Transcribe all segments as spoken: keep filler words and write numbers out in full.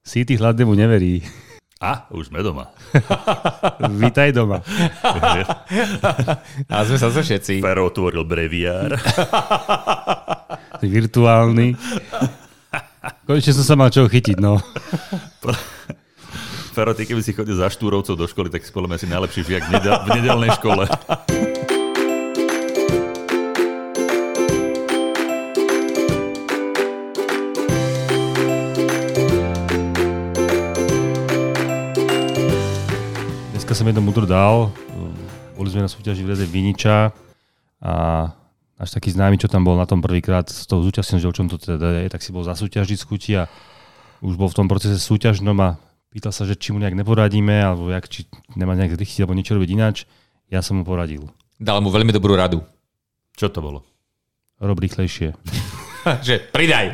Sýty hladnému neverí. A, už sme doma. Vítaj doma. A sme sa so všetci. Fero otvoril breviár. Virtuálny. Konečne som sa mal čoho chytiť, no. Fero, ty keby si chodil za Štúrovcov do školy, tak si podľa mňa si najlepší žiak v, nedel- v nedelnej škole. Dneska som jednu mudru dal. Boli sme na súťaži v reze Viniča a až taký známy, čo tam bol na tom prvýkrát, s tou zúčastnil, že o čom to teda je, tak si bol zasúťažiť z chuti a už bol v tom procese súťažnom a pýtal sa, že či mu nejak neporadíme, alebo jak, či nemá nejak zrychtiť, alebo niečo robiť ináč. Ja som mu poradil. Dal mu veľmi dobrú radu. Čo to bolo? Rob rýchlejšie. Že pridaj.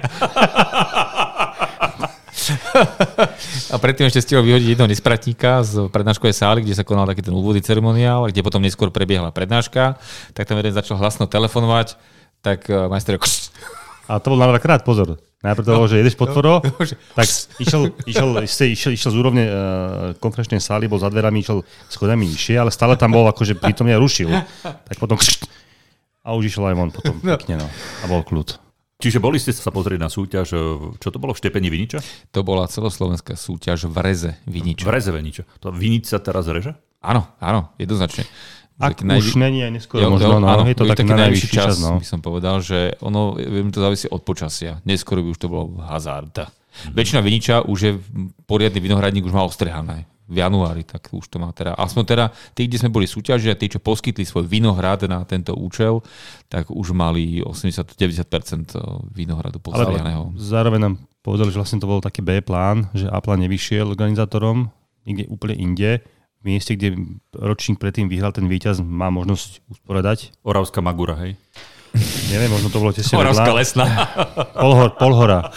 A predtým ešte stihol vyhodiť jedného nespratníka z prednáškovej sály, kde sa konal taký ten úvodný ceremoniál, kde potom neskôr prebiehla prednáška. Tak tam jeden začal hlasno telefonovať, tak majster... A to bol na krát, pozor. Najprv to bolo, že jedeš podporo, tak išiel, išiel, išiel, išiel, išiel z úrovne uh, konferenčnej sály, bol za dverami, išiel schodami nižšie, ale stále tam bol akože prítomne rušil. Tak potom... A už išiel aj von potom pekne, no. A bol kľud. Čiže boli ste sa pozrieť na súťaž, čo to bolo, v Štepení Viniča? To bola celoslovenská súťaž v reze Viniča. V reze Viniča. To Vinič sa teraz reže? Áno, áno, jednoznačne. Ak už najvy... není aj neskôr možno, no, áno, je to taký, taký najvyšší čas, čas no. By som povedal, že ono, viem, to závisí od počasia. Neskôr by už to bolo hazard. Mm-hmm. Väčšina Viniča už je poriadny vinohradník, už má ostrehané. V januári, tak už to má teda. Aspoň teda tí, kde sme boli súťaži a tí, čo poskytli svoj vinohrad na tento účel, tak už mali osemdesiat až deväťdesiat percent vinohradu postaveného. Zároveň nám povedali, že vlastne to bol taký B plán, že A plán nevyšiel organizátorom, niekde úplne inde. V mieste, kde ročník predtým vyhral ten víťaz, má možnosť usporiadať. Oravská Magura, hej? Neviem, možno to bolo tesne vedľa. Oravská Lesná. Polhor, Polhora.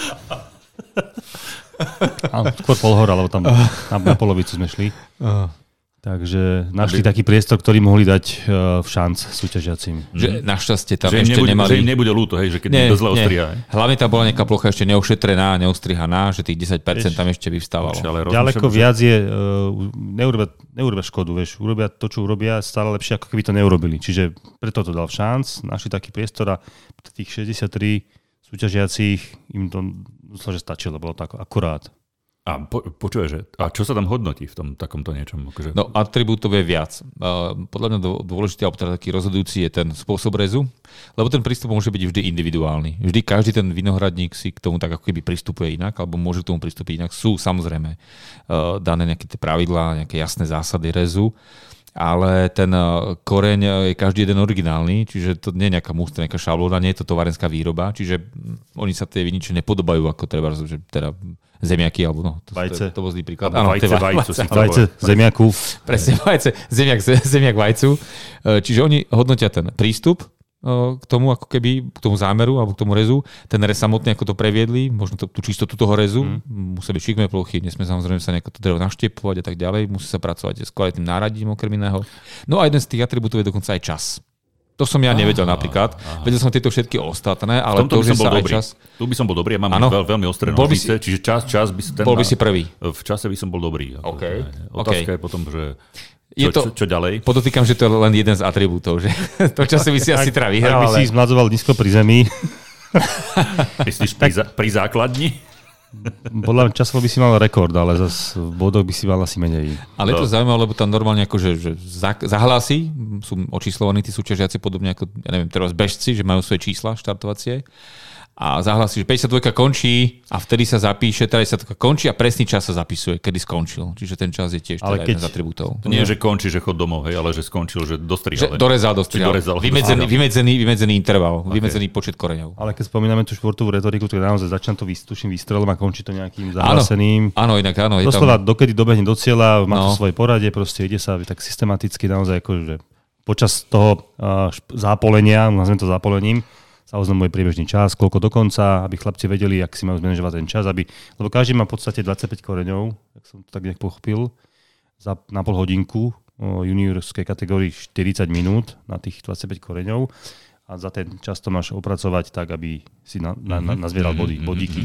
Áno, skôr Polhora, lebo tam na, na polovicu sme šli. Uh. Takže našli Aby... taký priestor, ktorý mohli dať uh, v šanc súťažiacim. Že našťastie tam že ešte nebude, nemali... Že im nebude ľúto, hej, že keď nie, niekto zle ostríha. Hlavne tam bola nejaká plocha ešte neošetrená, neostrihaná, že tých desať percent tam ešte vyvstávalo. Ďaleko viac je, uh, neurobia, neurobia škodu, vieš, urobia to, čo urobia, stále lepšie, ako keby to neurobili. Čiže preto to dal v šanc, našli taký priestor a tých šesťdesiattri súťažiacich im to myslel, že stačilo, bolo to akurát. A po, počuje, že a čo sa tam hodnotí v tom takomto niečom? Akože... No atribútov je viac. Podľa mňa dôležitý, alebo teda taký rozhodujúci je ten spôsob rezu, lebo ten prístup môže byť vždy individuálny. Vždy každý ten vinohradník si k tomu tak ako keby pristupuje inak, alebo môže k tomu pristúpiť inak. Sú samozrejme dané nejaké tie pravidlá, nejaké jasné zásady rezu, ale ten koreň je každý jeden originálny, čiže to nie je nejaká mústra, nejaká šablóna, nie je to továrenská výroba, čiže oni sa tie viniče nepodobajú ako treba, že teda zemiaky, alebo no, to, vajce. To, to bol zlý príklad. Áno, vajce, vajce, vajce, vajce, vajce zemiaku. Presne, vajce, zemiak, zemiak vajcu. Čiže oni hodnotia ten prístup k tomu, ako keby, k tomu zámeru alebo k tomu rezu. Ten rez samotný, ako to previedli, možno to, tú čistotu toho rezu, mm. musia byť šikmé plochy, nesmie samozrejme sa nejako to drevo naštiepovať a tak ďalej, musí sa pracovať s kvalitným náradím okrem iného. No a jeden z tých atribútov je dokonca aj čas. To som ja nevedel ah, napríklad. Ah. Vedel som tieto všetky ostatné, ale to, že sa aj čas... Tu by som bol dobrý, ja mám veľ, veľmi ostré nožnice, čiže čas, čas by si ten... Bol by si prvý. V čase by som bol dobrý. Okay. Otázka okay. je potom, že... Čo, je to, čo, čo ďalej? Podotýkam, že to je len jeden z atribútov. Že to čase by si asi teda vyhral. Ak by si zmladzoval nízko pri zemi. Myslíš pri, za, pri základni? Podľa mňa časovo by si mal rekord, ale zase v bodoch by si mal asi menej. Ale je to zaujímavé, lebo tam normálne akože, že zahlási, sú očíslovaní tí súťažiaci podobne ako, ja neviem, teraz bežci, že majú svoje čísla štartovacie. A zahlási, že päťdesiatdva končí a vtedy sa zapíše, teda sa to končí a presný čas sa zapisuje, kedy skončil. Čiže ten čas je tiež teda jeden z atribútov. To nie je, že končí, že chod domov, hej, ale že skončil, že dostrihal. Že dorezal, dostrihal. Vymedzený, vymedzený, vymedzený interval, okay. Vymedzený počet koreňov. Ale keď spomíname tú športovú retoriku, tak naozaj začína to výstučným výstrelom a končí to nejakým zahláseným. Áno, inak áno. Doslova, tam... dokedy dobehne do cieľa, má no. to svoje porade, proste ide sa tak systematicky naozaj akože počas toho uh, zápolenia, nazvem to zápolením, sa oznamuje priebežný čas, koľko dokonca, aby chlapci vedeli, jak si majú zmanéžovať ten čas, aby, lebo každý má v podstate dvadsaťpäť koreňov, tak som to tak nejak pochopil, za, na pol hodinku o juniorskej kategórii štyridsať minút na tých dvadsaťpäť koreňov a za ten čas to máš opracovať tak, aby si na, na, na, nazbieral body, bodíky.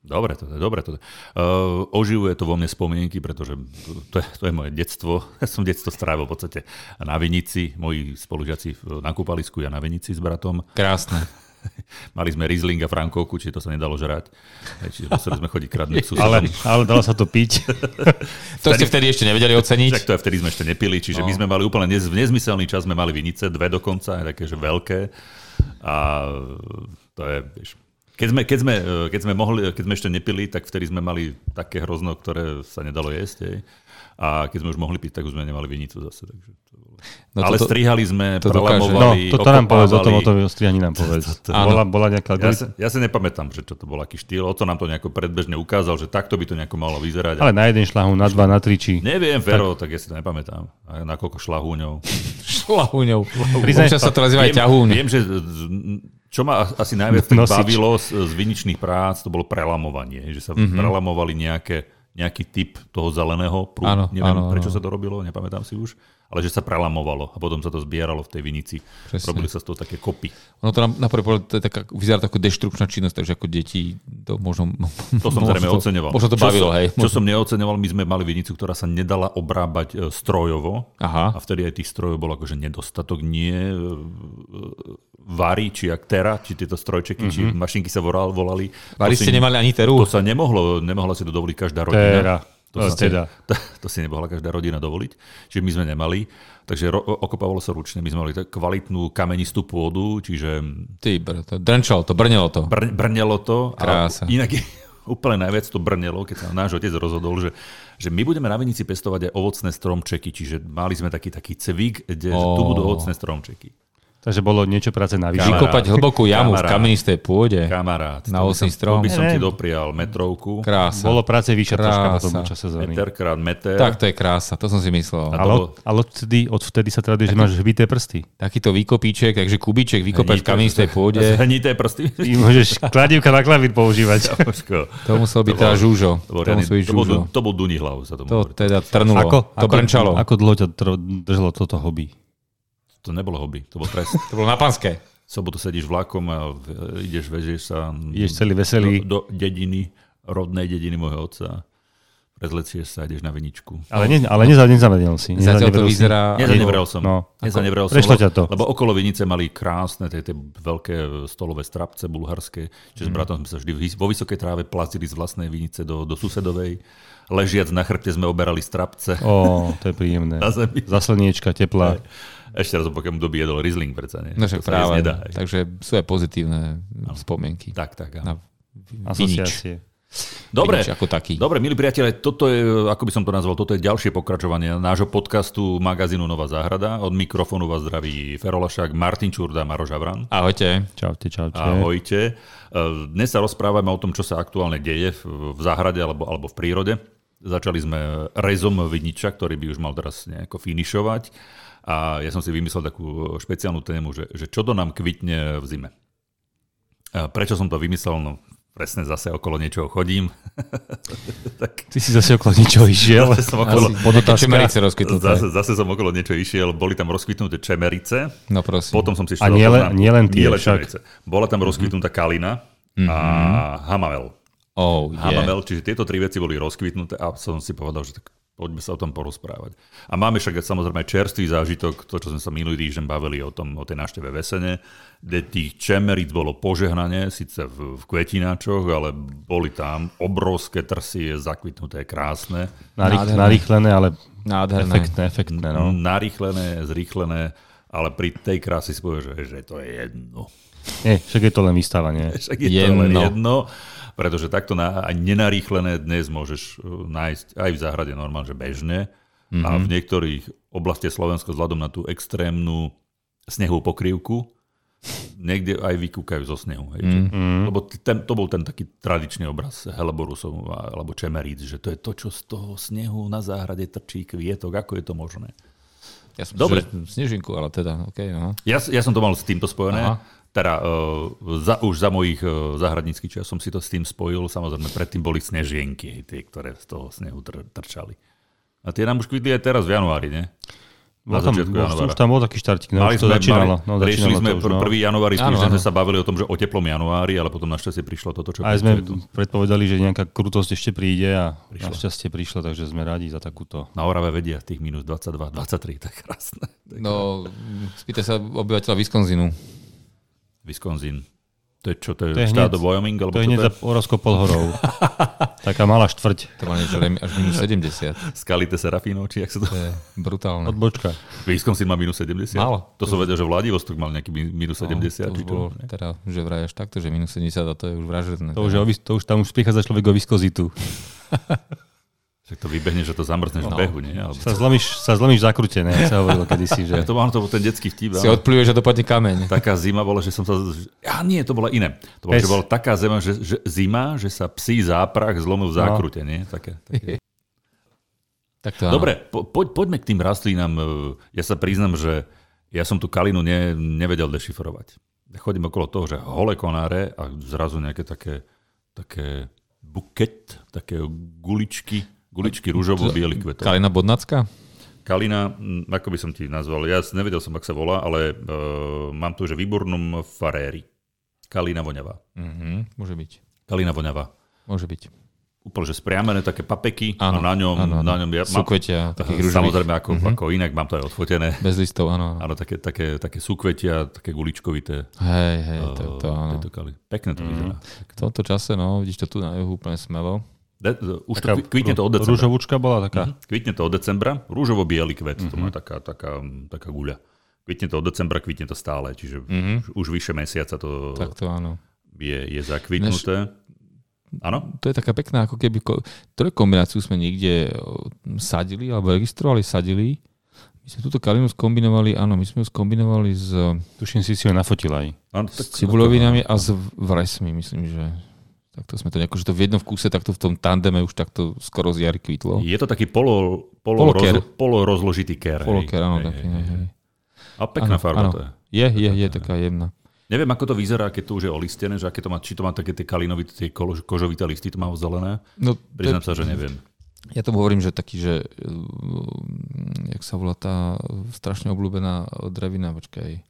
Dobre, to je, dobre. To je. Uh, oživuje to vo mne spomienky, pretože to je, to je moje detstvo. Ja som detstvo strávil v podstate na Vinici, moji spolužiaci na kúpalisku, ja na Vinici s bratom. Krásne. Mali sme Riesling a Frankovku, čiže to sa nedalo žrať. Čiže museli sme chodiť kradnúť susedom. Ale, ale dalo sa to piť. To ste vtedy ešte nevedeli oceniť? Tak to aj vtedy sme ešte nepili, čiže no. my sme mali úplne nez, v nezmyselný čas, sme mali vinice, dve dokonca, aj také, že veľké. A to je, vieš, keď sme, keď sme, keď sme, mohli, keď sme ešte nepili, tak vtedy sme mali také hrozno, ktoré sa nedalo jesť. Hej. A keď sme už mohli piť, tak už sme nemali vinicu zase. Takže to bolo... no ale to, strihali sme, prelamovali, no, toto nám povedz, o tom, o tom strihaní nám povedz. To, to, bola, bola nejaká... Ja sa, ja sa nepamätám, že čo to bol, aký štýl. Oco nám to nejako predbežne ukázal, že takto by to nejako malo vyzerať. Ale na jeden šľahún, na dva, na tri, či... Neviem, Fero, tak, tak ja si to nepamätám. A na koľko šľahúňov. Šľahúňov. Priznaj, sa to nazýva aj ťahún. Viem, že... Čo ma asi najviac tak bavilo z, z viničných prác, to bolo prelamovanie. Že sa mm-hmm. prelamovali nejaké, nejaký typ toho zeleného prúdu. Áno, Neviem, áno, prečo áno. sa to robilo, nepamätám si už. Ale že sa prelamovalo a potom sa to zbieralo v tej vinici. Presne. Robili sa z toho také kopy. Ono to na prvý pohľad vyzerá ako deštrukčná činnosť, takže ako deti to možno... To som zrejme oceňoval. Možno to bavilo, čo hej. Čo som neoceňoval, my sme mali vinicu, ktorá sa nedala obrábať strojovo. Aha. A vtedy aj tých strojov bol akože nedostatok. Nie Vary, či Aktera, či tieto strojčeky, mm-hmm. či mašinky sa volali. Vary ste nemali ani Teru? To sa nemohlo, nemohla si to dovoliť každá rodina. Tera. To, no, sa, teda. to, to si nebohla každá rodina dovoliť. Čiže my sme nemali. Takže ro, okopávalo sa ručne. My sme mali kvalitnú kamenistú pôdu, čiže... Ty, to drnčalo to, brnelo to. Br, brnelo to. Krása. Inak úplne najviac to brnelo, keď sa náš otec rozhodol, že, že my budeme na vinici pestovať aj ovocné stromčeky. Čiže mali sme taký, taký cvík, kde oh. tu budú ovocné stromčeky. Takže bolo niečo práce na výšku. Vykopať hlbokú jamu kamarát, v kamenistej pôde. Kamarát. Na ovocný strom. To by som ti doprial metrovku. Krása. Bolo práce vyššia troška po tom čase sezóny. Meter krát meter. Tak to je krása, to som si myslel. Ale, bolo... ale odvtedy, odvtedy sa traduje, že máš hbité prsty. Takýto výkopíček, takže kubíček vykopať v kamenistej pôde. Hnité prsty. I môžeš kladívka na klavír používať. To musel byť teda žúžo. To bol Dunihlav. To teda trnulo. To brnčalo. Ako dlho ťa držalo toto hobby? To nebolo hobby, to bol trest. To bolo na Panské. Sobotu sedíš vlakom a ideš, vežieš sa ideš celý veselý. Do, do dediny, rodnej dediny môjho otca. Prezlečieš sa a ideš na viničku. Ale, ne, ale neza, nezavedel si. Zatiaľ to vyzerá... Nezanevrel som. No. Nezanevrel som, prešlo ťa to. Lebo okolo vinice mali krásne tie, tie veľké stolové strapce bulharské. Čiže mm. s bratom sme sa vždy vo vysokej tráve plazili z vlastnej vinice do, do susedovej. Ležiac na chrbte sme oberali strapce. Ó, to je príjemné. Za slniečka, teplá. Ešte raz opakujem, doby jedol Riesling, predsa nie? No však práve, nedá, takže sú aj pozitívne no. spomienky. Tak, tak. Na asociácie. Dobre, ako taký. Dobre, milí priatelia, toto je, ako by som to nazval, toto je ďalšie pokračovanie nášho podcastu magazínu Nová záhrada. Od mikrofónu vás zdraví Fero Lašák, Martin Čurda, Maroš Havran. Ahojte. Čaute, čaute. Ahojte. Dnes sa rozprávame o tom, čo sa aktuálne deje v záhrade alebo, alebo v prírode. Začali sme rezom viniča, ktorý by už mal teraz nejako finišovať. A ja som si vymyslel takú špeciálnu tému, že, že čo to nám kvitne v zime. A prečo som to vymyslel? No presne zase okolo niečoho chodím. tak... Ty si zase okolo niečoho išiel? Zase som okolo, čemerice rozkvitnuté. Zase, zase som okolo niečo išiel. Boli tam rozkvitnuté čemerice. No prosím. Potom som si šiel... A nie len, nie len tie čemerice. Bola tam rozkvitnutá kalina mm-hmm. a hamavel. Oh, yeah. Hamavel, čiže tieto tri veci boli rozkvitnuté a som si povedal, že tak poďme sa o tom porozprávať. A máme však samozrejme čerstvý zážitok, to, čo sme sa minulý týždeň bavili o tom, o tej návšteve v Esene, kde tých čemeríc bolo požehnanie, síce v, v kvetináčoch, ale boli tam obrovské trsy, zakvitnuté, krásne. Narých, narýchlené, ale nádherné. efektné, efektné. No. Narýchlené, zrýchlené, ale pri tej krási si povie, že, že to je jedno. Nie, však je to len vystávanie. Však je jedno. to len jedno. Pretože takto na, aj nenarýchlené dnes môžeš nájsť aj v záhrade normálne, že bežne. Mm-hmm. A v niektorých oblastiach Slovenska vzhľadom na tú extrémnu snehovú pokrývku niekde aj vykúkajú zo snehu. Hej, mm-hmm. Lebo ten, to bol ten taký tradičný obraz heleborusov alebo čemeríc, že to je to, čo z toho snehu na záhrade trčí kvietok. Ako je to možné? Ja som Dobre. Snežinku, ale teda, okay, aha. Ja, ja som to mal s týmto spojené. Aha. Teda uh, za, už za mojich uh, záhradníckých čas som si to s tým spojil. Samozrejme, predtým boli snežienky, tie, ktoré z toho snehu tr- trčali. A tie nám už kvitli aj teraz v januári, nie? Na začiatku januára. Už tam bol taký štartík, no, už to sme, začínalo. No, riešili sme už, no. prvý januári, sme sa bavili o tom, že o teplom januári, ale potom našťastie prišlo toto, čo... Aj sme tu predpovedali, že nejaká krutosť ešte príde a prišlo. Našťastie prišlo, takže sme radi za takúto... Na Orave vedia tých minus dvadsaťdva, dvadsaťtri, tak krásne. Tak no, spýtaj sa obyvateľa Wisconsinu. Wisconsin. To je čo, to je, to je štát do Wyoming? To je hneď za Oravskou podhorou. Taká malá štvrť. To má niečo až minus sedemdesiat. Skalite Serafino, či jak sa to... To je brutálne. Odbočka. Wisconsin má minus sedemdesiat? Málo. To som vedel, že Vladivostok mal nejaký minus sedemdesiat. No, to už bolo, teda, že vraj až takto, že minus sedemdesiat a to je už vražedné. To už, je, to už tam už prichádza človek o viskozitu. Však to vybehne, že to zamrzneš no. v behu, nie? Alebo... Sa zlomíš, sa zlomíš v zakrútené, jak sa hovorilo kedysi. Že... Ja to mám to bol ten detský vtip. Si odpluješ a dopadne kameň. Taká zima bola, že som sa... Ja nie, to bola iné. To bola, že bola taká zima, že, že zima, že sa psí záprach zlomil v zákrute, no. nie? Také, také. Tak to Dobre, po, poď, poďme k tým rastlinám. Ja sa priznam, že ja som tú kalinu ne, nevedel dešifrovať. Chodím okolo toho, že holé konáre a zrazu nejaké také, také buket, také guličky, Guličky rúžovo-bielých kvetov. Kalina bodnacká? Kalina, ako by som ti nazval, ja nevedel som, ak sa volá, ale uh, mám tu, že Viburnum fareri. Kalina voňavá. Uh-huh, môže byť. Kalina voňavá. Môže byť. Úplne, že spriamené také papeky áno, a na ňom... Áno, na ňom ja, súkvetia, takých rúžových. Samozrejme, ako, uh-huh. ako inak, mám to aj odfotené. Bez listov, áno. Áno, také, také, také súkvetia, také guličkovité. Hej, hej, uh, to, to áno. Pekné to vyzerá. Uh-huh. V tomto čase, no, vidíš to tu na juhu úplne smelo. De, už taká, to kvitne to od decembra. Rúžovúčka bola taká? Mm-hmm. Kvitne to od decembra. Rúžovo-biely kvet, mm-hmm. to má taká, taká, taká guľa. Kvitne to od decembra, kvitne to stále, čiže mm-hmm. už vyše mesiaca to, tak to áno. Je, je zakvitnuté. Áno? To je taká pekná, ako keby... Ktorú kombináciu sme niekde sadili, alebo registrovali, sadili. My sme túto kalinu skombinovali, áno, my sme ju skombinovali s... Tuším, si si ju nafotil aj. S cibulovinami a s vresmi, myslím, že... Takto sme to nejako, že to v jednom vkuse, takto v tom tandeme už takto skoro z jary kvitlo. Je to taký polo, polo, roz, polo rozložitý ker. Poloker, áno, taký. Hej, hej. A pekná ano, farba ano. to je. Je, je, je taká jemná. Neviem, ako to vyzerá, keď to už je olistené, že aké to má, či to má také tie kalinovité, tie kožovité listy, to má zelené. No, Priznám sa, že neviem. Ja tomu hovorím, že taký, že jak sa volá tá strašne obľúbená drevina, počkaj.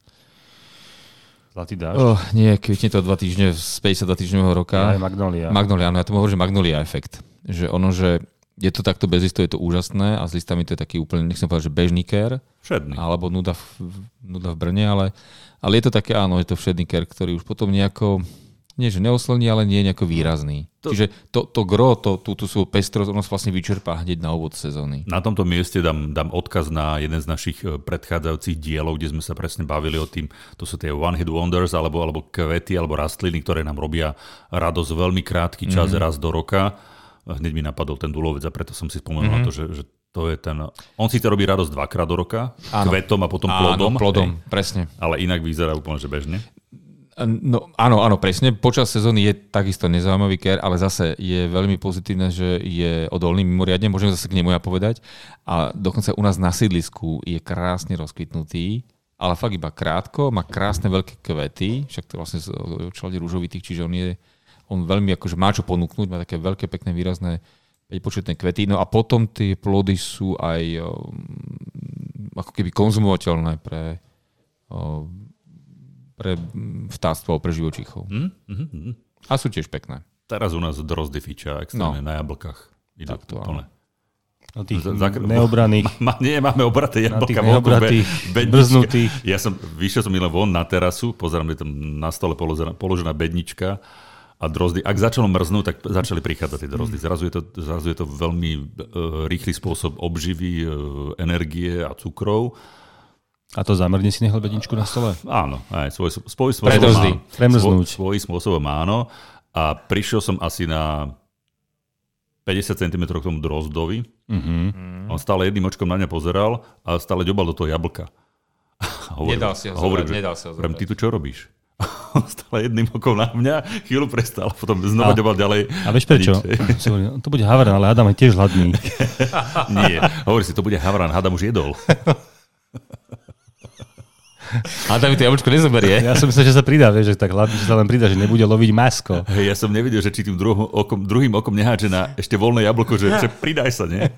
Zlatý dážď? Oh, nie, kvitne to dva týždne z päťdesiatdva týždňového roka. Ja, Magnolia. Magnolia, áno, ja tomu hovorím, že Magnolia efekt. Že ono, že je to takto bez listov, je to úžasné a s listami to je taký úplne, nechcem povedať, že bežný ker. Všedný. Alebo nuda v, nuda v Brne, ale, ale je to také, áno, je to všedný ker, ktorý už potom nejako, nie že neoslní, ale nie je nejako výrazný. To... Čiže to, to gro, to, tú, tú svoju pestrosť, ono sa vlastne vyčerpá hneď na úvod sezóny. Na tomto mieste dám, dám odkaz na jeden z našich predchádzajúcich dielov, kde sme sa presne bavili o tým, to sú tie one hit wonders, alebo, alebo kvety, alebo rastliny, ktoré nám robia radosť veľmi krátky čas, mm-hmm. raz do roka. Hneď mi napadol ten dulovec a preto som si spomenul mm-hmm. na to, že, že to je ten... On síce robí radosť dvakrát do roka, áno. Kvetom a potom plodom. Áno, plodom, hej. Presne. Ale inak vyzerá úplne, že bežne. No, áno, áno, presne. Počas sezóny je takisto nezaujímavý ker, ale zase je veľmi pozitívne, že je odolný mimoriadne, môžem zase k nemu ja povedať. A dokonca u nás na sídlisku je krásne rozkvitnutý, ale fakt iba krátko, má krásne veľké kvety, však to vlastne čelade rúžovitých, čiže on je on veľmi akože má čo ponúknuť, má také veľké, pekné, výrazné päťpočetné kvety. No a potom tie plody sú aj um, ako keby konzumovateľné pre um, pre vtáctvo, pre živočíchov. Mm, mm, mm. A sú tiež pekné. Teraz u nás drozdy fičia extrémne no. na jablkách. Idú tak to áno. Na tých Zakr- neobraných. Ma, nie, máme obraté jablka. Na tých neobratých, brznutých. Ja som, vyšiel som len von na terasu, pozerám, je tam na stole položená, položená bednička a drozdy. Ak začalo mrznúť, tak začali prichádzať tie drozdy. Zrazu je to, zrazu je to veľmi uh, rýchly spôsob obživy, uh, energie a cukrov. A to zamrzne si nechal bedničku na stole? Áno, aj svoj, svoj spôsobom áno. Premrznúť. Svoj, svoj spôsobom áno. A prišiel som asi na päťdesiat centimetrov k tomu drozdovi. Mm-hmm. On stále jedným očkom na mňa pozeral a stále ďobal do toho jablka. Hovorím, nedal si ho zobrať, nedal si ho zobrať. Ty tu čo robíš? On stále jedným okom na mňa, chvíľu prestal, potom znova ďobal ďalej. A vieš prečo? To bude havran, ale Adam je tiež hladný. Nie, hovorí si, to bude havran, Adam už jedol. A tam mi to jablčko nezoberie. Ja som myslel, že sa pridá, vieš, že tak hlavne, že sa len pridá, že nebude loviť masko. Hej, ja som nevidel, že či tým druhým okom, druhým okom neháče na ešte voľné jablko, že, že pridaj sa, nie?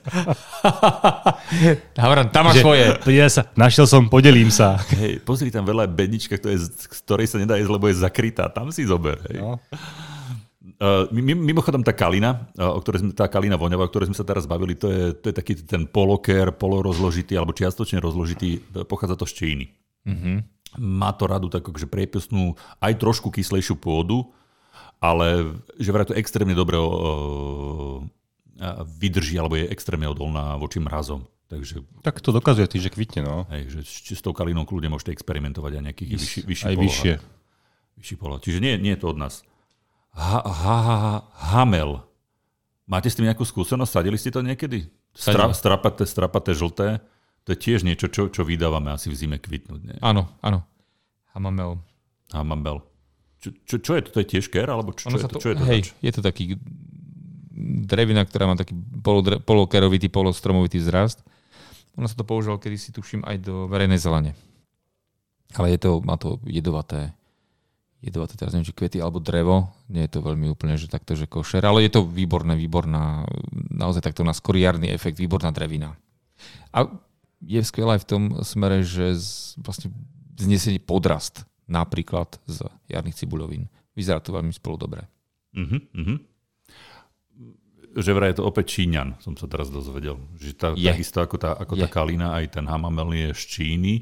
Havran, tam máš svoje. Pridaj sa, našiel som, podelím sa. Hej, pozri, tam veľa bednička, z ktorej sa nedá jesť, lebo je zakrytá. Tam si zober. Hej. No. Uh, mimochodom tá kalina, uh, o ktorej sme, tá kalina voňavá, o ktorej sme sa teraz bavili, to je, to je taký ten poloker, polorozložitý alebo čiastočne rozložitý, pochádza to z Číny. Mm-hmm. Má to radu tak, že priepustnú aj trošku kyslejšiu pôdu, ale že vraj to extrémne dobre uh, vydrží alebo je extrémne odolná voči mrazom. Takže, tak to dokazuje tým, že kvitne. No. Hej, že s tou kalinou kľudne môžete experimentovať aj nejakých vyšší, vyšší aj polohách. vyššie. Vyšší polohách. Čiže nie, nie je to od nás. Ha, ha, ha, hamel. Máte s tým nejakú skúsenosť? Sadili ste to niekedy? Stra, strapaté, strapaté, žlté. To je tiež niečo, čo, čo vydávame asi v zime kvitnúť. Nie? Áno, áno. Hamamel. Hamamel. Čo, čo, čo je to? To je tiež ker? Alebo čo, čo, je, to, čo je to? Hej, je to taký drevina, ktorá má taký polokerovitý, polostromovitý vzrast. Ono sa to používalo kedysi, tuším, aj do verejnej zelene. Ale je to, má to jedovaté jedovaté, teraz neviem, či kvety alebo drevo. Nie je to veľmi úplne, že takto, že košer, ale je to výborné, výborná, naozaj takto na skoriárny efekt, výborná drevina. A je skvelé aj v tom smere, že z, vlastne znesie podrast napríklad z jarných cibuľovín. Vyzerá to veľmi spolu dobre. Uh-huh, uh-huh. Že vraj je to opäť Číňan, som sa teraz dozvedel. Že tá, takisto ako tá, ako tá kalina, aj ten hamamel je z Číny.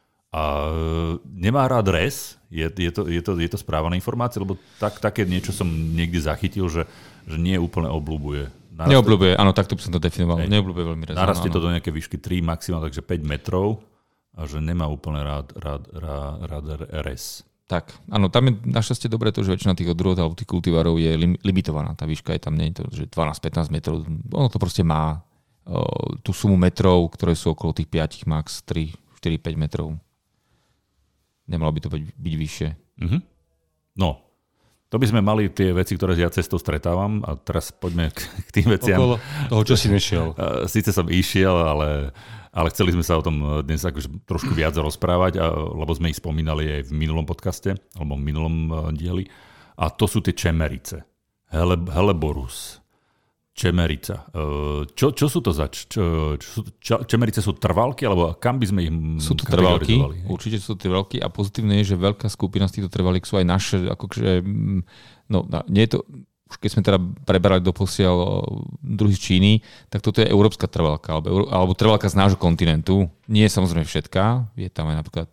A nemá rád res? Je, je, to, je, to, je to správna informácia? Lebo tak, také niečo som niekde zachytil, že, že nie úplne obľúbuje. Narastie... Neobľúbuje, áno, takto by som to definoval. Hej. Neobľúbuje veľmi res. Narastie to do nejaké výšky tri, maximálne, takže päť metrov a že nemá úplne rád, rád, rád, rád res. Tak, áno, tam je našťastie dobré to, že väčšina tých odrôd alebo tých kultivárov je lim, limitovaná. Tá výška je tam, nie je to, že dvanásť pätnásť metrov. Ono to proste má o, tú sumu metrov, ktoré sú okolo tých päť, max tri, štyri, päť metrov. Nemalo by to byť, byť vyššie. Mm-hmm. No, to by sme mali tie veci, ktoré ja cestou stretávam a teraz poďme k, k tým veciam. Okolo toho, čo si nešiel. Síce som išiel, ale, ale chceli sme sa o tom dnes akože trošku viac rozprávať, a, lebo sme ich spomínali aj v minulom podcaste, alebo v minulom dieli. A to sú tie čemerice. Hele, Helleborus. Čemerica. Čo, čo sú to za... Čo, čo, čemerice sú trvalky, alebo kam by sme ich Sú to trvalky, určite sú to trvalky a pozitívne je, že veľká skupina z týchto trvalík sú aj naše, akože... No, nie je to... Už keď sme teda preberali doposiaľ druhy z Číny, tak toto je európska trvalka, alebo, alebo trvalka z nášho kontinentu. Nie je samozrejme všetká, je tam aj napríklad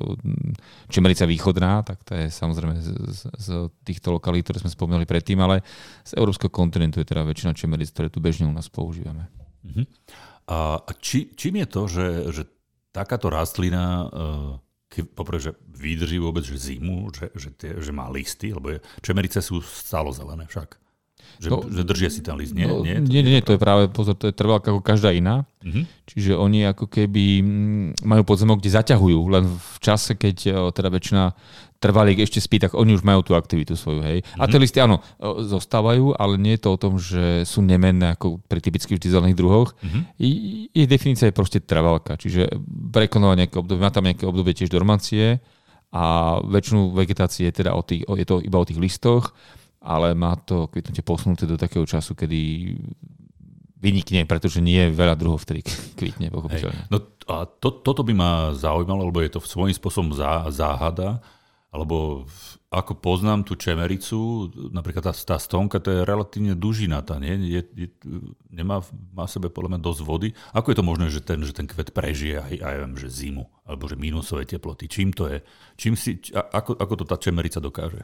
čemerica východná, tak to je samozrejme z, z, z týchto lokalít, ktoré sme spomínali predtým, ale z európskeho kontinentu je teda väčšina čemeric, ktoré tu bežne u nás používame. Uh-huh. A či, čím je to, že, že takáto rastlina... Uh... Poprvé, že vydrží vôbec že zimu, že, že, tie, že má listy, lebo je, čemerice sú stálozelené však. Že, no, že držia si ten list, nie? No, nie, nie, nie, nie, to je práve, pozor, to je trvalka ako každá iná. Uh-huh. Čiže oni ako keby majú podzemok, kde zaťahujú, len v čase, keď teda väčšina trvalík ešte spí, tak oni už majú tú aktivitu svoju, hej. Uh-huh. A tie listy, áno, zostávajú, ale nie je to o tom, že sú nemenné ako pri typických vždy zelených druhoch. Uh-huh. I, ich definícia je proste trvalka, čiže prekonala nejaké obdobie, má tam nejaké obdobie tiež dormancie a väčšinu vegetácie je teda o tých, je to iba o tých listoch, ale má to kvitnutie posunuté do takého času, kedy vynikne, pretože nie je veľa druhov vtedy kvitne, pochopiteľne. No a to, toto by ma zaujímalo, lebo je to svojím spôsobom zá, záhada, alebo ako poznám tú čemericu, napríklad tá, tá stonka, to je relatívne dužinatá, nie? Je, je, nemá má v sebe podľa mňa dosť vody. Ako je to možné, že ten, že ten kvet prežije aj, aj viem, že zimu, alebo že mínusové teploty? Čím to je? Čím si, ako, ako to tá čemerica dokáže?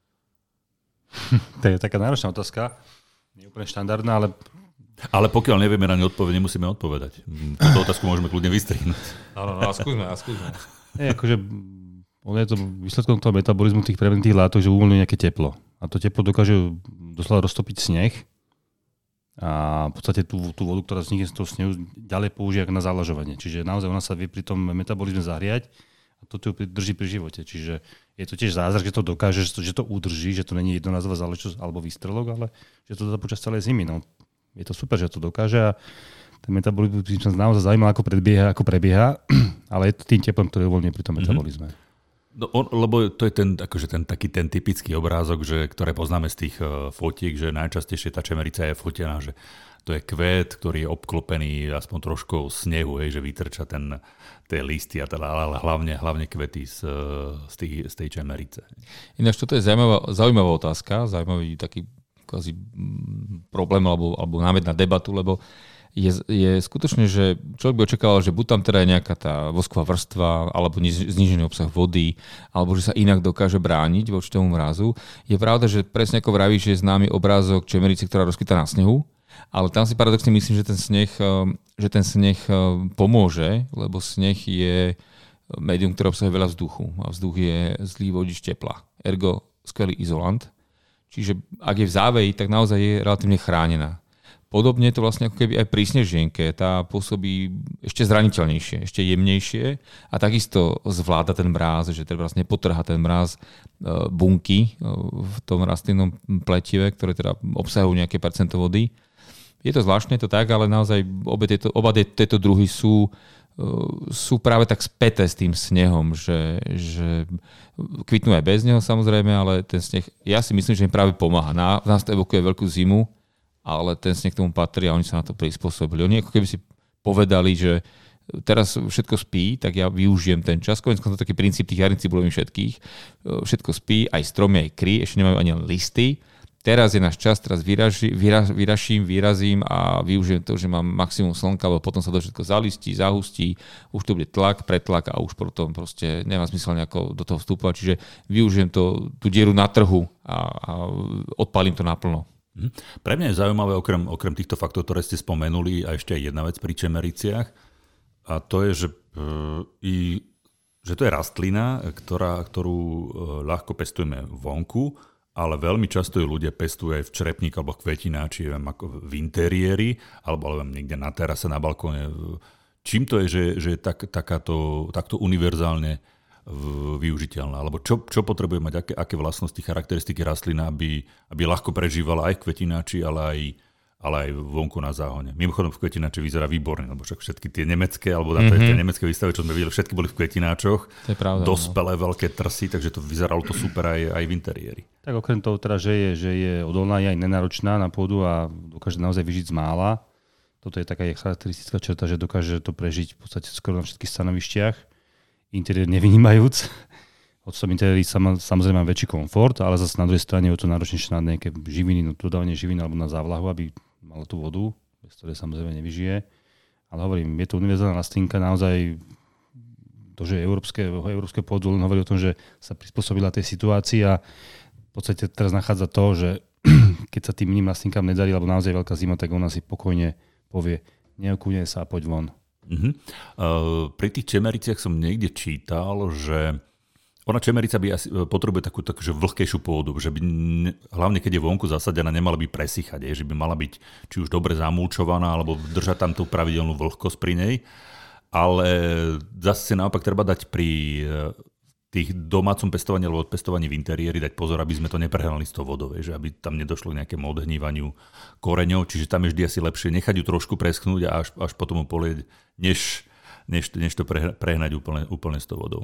To je taká náročná otázka. Nie úplne štandardná, ale... Ale pokiaľ nevieme na ňu odpovedať, nemusíme odpovedať. Túto otázku môžeme kľudne vystrihnúť. Áno, no, a skúsme, a skúsme. Nie, akože... On je to výsledkom toho metabolizmu tých prevenitých látok, že uvoľňuje nejaké teplo. A to teplo dokáže doslova roztopiť sneh a v podstate tú, tú vodu, ktorá vznikne z toho snehu, ďalej použije na záľažovanie. Čiže naozaj ona sa vie pri tom metabolizme zahriať a to ju drží pri živote. Čiže je to tiež zázrak, že to dokáže, že to, že to udrží, že to není jednorázová záležitosť alebo výstrelok, ale že to dá počas celej zimy. No, je to super, že to dokáže a ten metabolizmus by sa naozaj zaujímal, ako prebieha, ako prebieha, ale je to tým teplom, ktoré uvoľňuje pri tom metabolizme. No, on, lebo to je ten, akože ten taký ten typický obrázok, že, ktoré poznáme z tých uh, fotiek, že najčastejšie tá čemerica je fotená, že to je kvet, ktorý je obklopený aspoň trošku snehu, hej, že vytrča ten, tie listy, a teda, ale hlavne, hlavne kvety z, z, tých, z tej čemerice. Ináč toto je zaujímavá, zaujímavá otázka, zaujímavý taký quasi problém alebo, alebo námed na debatu, lebo je, je skutočne, že človek by očakával, že buď tam teda je nejaká tá vosková vrstva, alebo znížený obsah vody, alebo že sa inak dokáže brániť voči tomu mrazu. Je pravda, že presne ako vravíš, že je známy obrázok čemerice, ktorá rozkvitá na snehu, ale tam si paradoxne myslím, že ten sneh, že ten sneh pomôže, lebo sneh je médium, ktoré obsahuje veľa vzduchu a vzduch je zlý vodič tepla. Ergo skvelý izolant. Čiže ak je v záveji, tak naozaj je relatívne chránená. Podobne je to vlastne ako keby aj pri snežienke. Tá pôsobí ešte zraniteľnejšie, ešte jemnejšie a takisto zvláda ten mráz, že teda vlastne potrhá ten mráz bunky v tom rastlinnom pletive, ktoré teda obsahujú nejaké percento vody. Je to zvláštne, je to tak, ale naozaj obe tieto, oba tieto druhy sú, sú práve tak späté s tým snehom, že, že kvitnú aj bez neho samozrejme, ale ten sneh, ja si myslím, že im práve pomáha. Nás to evokuje veľkú zimu, ale ten sneh k tomu patrí a oni sa na to prispôsobili. Oni ako keby si povedali, že teraz všetko spí, tak ja využijem ten čas. Konec koncov taký princíp tých jarných cibulovín všetkých. Všetko spí, aj stromy, aj kry, ešte nemajú ani len listy. Teraz je náš čas, teraz vyraži, vyra, vyraším, vyrazím a využijem to, že mám maximum slnka, lebo potom sa to všetko zalistí, zahustí, už to bude tlak, pretlak a už potom proste nemá zmysel nejako do toho vstúpať. Čiže využijem to, tú dieru na trhu a, a odpálím to naplno. Pre mňa je zaujímavé, okrem, okrem týchto faktov, ktoré ste spomenuli, a ešte aj jedna vec pri čemericiach, a to je, že, i, že to je rastlina, ktorá, ktorú ľahko pestujeme vonku, ale veľmi často ju ľudia pestujú aj v črepníku alebo kvetináči, neviem, ako v interiéri, alebo ale niekde na terase, na balkóne. Čím to je, že, že je tak, takáto, takto univerzálne využiteľná? Alebo čo, čo potrebuje mať, aké, aké vlastnosti, charakteristiky rastlina, aby, aby ľahko prežívala aj v kvetináči, ale aj, ale aj vonku na záhone. Mimochodom v kvetináči vyzerá výborne, lebo však všetky tie nemecké, alebo na mm-hmm. tie nemecké výstavy, čo sme videli, všetky boli v kvetináčoch. To je pravda. Dospelé, no. Veľké trsy, takže to vyzeralo to super aj, aj v interiéri. Tak okrem toho teda, že je, že je odolná, je aj nenáročná na pôdu a dokáže naozaj vyžiť z mála. Toto je taká charakteristická črta, že dokáže to prežiť v podstate skoro na všetkých stanovištiach. Interiér nevynímajúc. Od tom interiéri samozrejme má väčší komfort, ale zase na druhej strane je to náročnejšie na nejaké živiny, no dodávanie živín alebo na závlahu, aby malo tú vodu, bez ktorej samozrejme nevyžije. Ale hovorím, je to univerzálna rastlinka, naozaj to, že európske, európske pôdu len hovorí o tom, že sa prispôsobila tej situácii a v podstate teraz nachádza to, že keď sa tým iným rastlinkám nedarí, alebo naozaj veľká zima, tak ona si pokojne povie, neokúne sa a poď von. Uh-huh. Uh, pri tých čemericiach som niekde čítal, že ona čemerica by asi potrebuje takú takú vlhkejšiu pôdu, že by ne, hlavne keď je vonku zasadená, nemala by presýchať, je, že by mala byť či už dobre zamulčovaná, alebo držať tam tú pravidelnú vlhkosť pri nej. Ale zase naopak treba dať pri tých domácom pestovaní alebo pestovaní v interiéri dať pozor, aby sme to neprehnali s tou vodou, že aby tam nedošlo k nejakému odhnívaniu koreňov, čiže tam je vždy asi lepšie nechať ju trošku preschnúť a až, až potom ju polieť, než, než, než to prehnať úplne, úplne s tou vodou.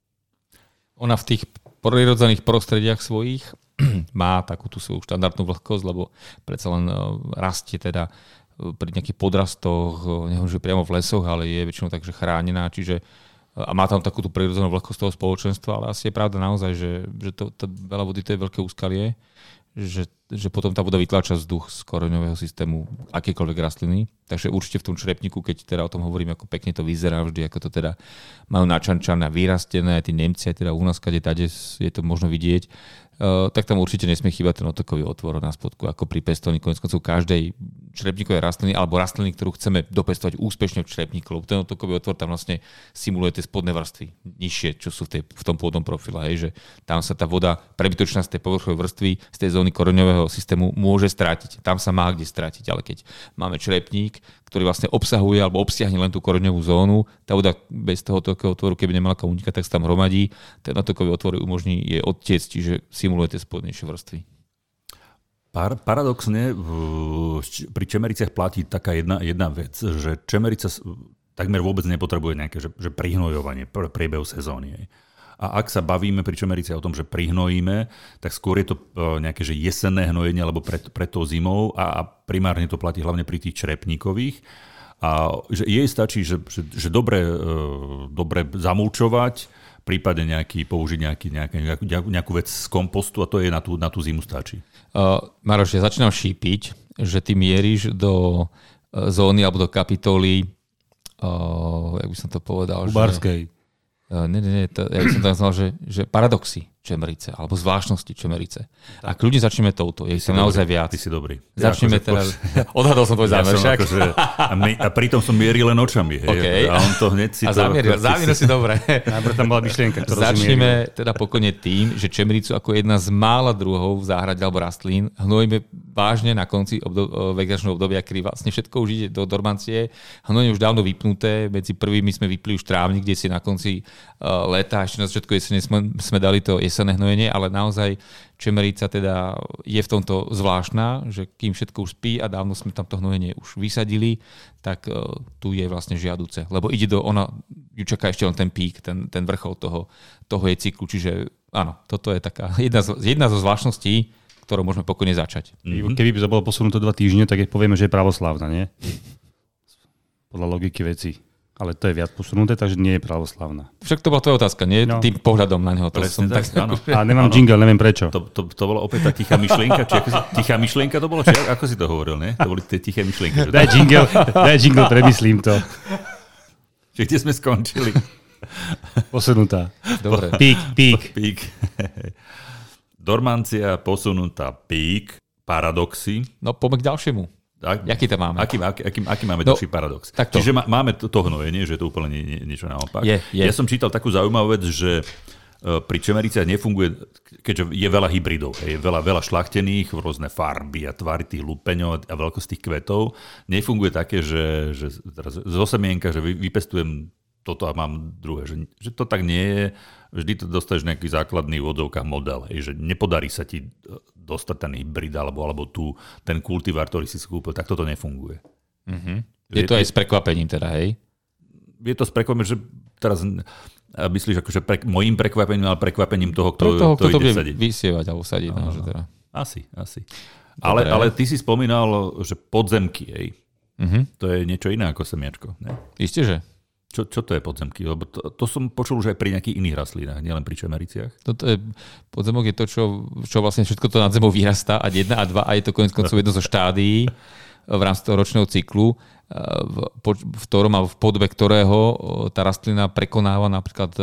Ona v tých prirodzených prostrediach svojich má takú tú svoju štandardnú vlhkosť, lebo predsa len rastie teda pri nejakých podrastoch, nehovorím, že priamo v lesoch, ale je väčšinou takže chránená, čiže a má tam takú tú prirodzenú vlhkosť toho spoločenstva, ale asi je pravda naozaj, že, že to, to veľa vody to je veľké úskalie, že, že potom tá voda vytláča vzduch z koreňového systému akékoľvek rastliny. Takže určite v tom črepníku, keď teda o tom hovorím, ako pekne to vyzerá vždy, ako to teda majú načančané a vyrastené, aj tí Nemci, aj teda u nás, kade tade je to možno vidieť, uh, tak tam určite nesmie chýbať ten otokový otvor na spodku, ako pri pestovaní koniec koncov každej črepníkovej rastliny alebo rastliny, ktorú chceme dopestovať úspešne v črepníku, lebo ten otokový otvor tam vlastne simuluje tie spodné vrstvy nižšie, čo sú v, tej, v tom pôdnom profile, hej, že tam sa tá voda prebytočná z tej povrchovej vrstvy, z tej zóny koreňového systému môže strátiť. Tam sa má kde strátiť, ale keď máme črepník, ktorý vlastne obsahuje alebo obsiahne len tú koreňovú zónu, tá voda bez toho otokového otvoru, keby nemala kam unikať, tak sa tam hromadí. Ten otokový otvor umožní jej odtiecť, čiže simuluje tie spodnejšie vrstvy. Par, paradoxne pri čemericiach platí taká jedna, jedna vec, že čemerica takmer vôbec nepotrebuje nejaké že, že prihnojovanie pre priebehu sezóny. A ak sa bavíme pri čemerici o tom, že prihnojíme, tak skôr je to nejaké že jesenné hnojenie alebo pred, pred tou zimou a, a primárne to platí hlavne pri tých črepníkových. A že jej stačí, že, že, že dobre, dobre zamulčovať, prípadne nejaký, použiť nejaký, nejaký, nejakú, nejakú vec z kompostu a to je na tú, na tú zimu stačí. Uh, Maroš, ja začínam šípiť, že ty mieríš do uh, zóny alebo do kapitoly, uh, jak by som to povedal, Ubárskej. Že, uh, nie, nie, nie, to, ja by som to nazval, že, že paradoxy čemerice, alebo zvláštnosti čemerice. A kľudne začneme touto, je ich naozaj viac. Ty si dobrý. Začneme ja, teda, odhadol som tvoj ja zámer však. Akože, a, my, a pritom som mieril len očami. Hej, okay. A on to hneď si a to... zamieril, zamieril si dobre. Najprv tam bola myšlienka, ktorú Začneme teda pokojne tým, že čemericu ako jedna z mála druhov v záhrade alebo rastlín hnojíme vážne na konci obdob- vegetačného obdobia, kedy vlastne všetko už ide do dormancie. Hnojenie už dávno vypnuté, medzi prvými sme vypli už trávnik, kde si na konci uh, leta, ešte na začiatku jesene sme, sme dali to jesenné hnojenie, ale naozaj čemerica teda je v tomto zvláštna, že kým všetko už spí a dávno sme tam to hnojenie už vysadili, tak uh, tu je vlastne žiaduce. Lebo ide do, ona ju čaká ešte len ten pík, ten, ten vrchol toho, toho jej cyklu. Čiže áno, toto je taká jedna zo, jedna zo zvláštností, ktorou môžeme pokojne začať. Mm-hmm. Keby by to bolo posunuté dva týždne, tak je povieme, že je pravoslávna, nie? Podľa logiky veci. Ale to je viac posunuté, takže nie je pravoslávna. Však to bola tvoja otázka, nie? No. Tým pohľadom na neho. To som tak, tak... áno. A nemám áno. jingle, neviem prečo. To, to, to bola opäť tá tichá myšlienka? Či ako si, tichá myšlienka to bolo? Či ako si to hovoril, ne? To boli tie tiché myšlienky. Že daj jingle, daj jingle, premyslím to. Čiže kde sme skončili? Posunutá. Dobre. Pík, pík. Pík. Dormancia, posunutá, pík, paradoxy. No poďme k ďalšiemu. Tak, jaký tam máme? Aký, aký, aký, aký máme no, ďalší paradox? Takto. Čiže má, máme to, to hnojenie, že je to úplne nie, nie, niečo naopak. Je, je. Ja som čítal takú zaujímavú vec, že pri čemericiach nefunguje, keďže je veľa hybridov, je veľa, veľa šľachtených, rôzne farby a tvary tých lupeňov a veľkosť tých kvetov. Nefunguje také, že, že zo semienka, že vypestujem toto a mám druhé. Že, že to tak nie je. Vždy to dostaneš nejaký základný v odzovkách model. Hej, že nepodarí sa ti dostať ten hybrid alebo, alebo tu, ten kultivár, ktorý si si kúpil. Tak toto nefunguje. Mm-hmm. Je to aj s prekvapením teda, hej? Je to s prekvapením, že teraz myslíš akože pre, mojím prekvapením, ale prekvapením toho, kto, toho, kto, kto to ide sadiť. Vysievať alebo sadiť. No, že teda. Asi, asi. Ale, ale ty si spomínal, že podzemky, hej. Mm-hmm. To je niečo iné ako semiačko. Ne? Isté, že? Čo, čo to je podzemky? Lebo to, to som počul už aj pri nejakých iných rastlinách, nielen pri čemericiach. Toto je, podzemok je to, čo, čo vlastne všetko to nad zemou vyrastá, a jedna a dva, a je to koniec koncov jedno zo štádií v rámci toho ročného cyklu, v, v ktorom a v podobe ktorého tá rastlina prekonáva napríklad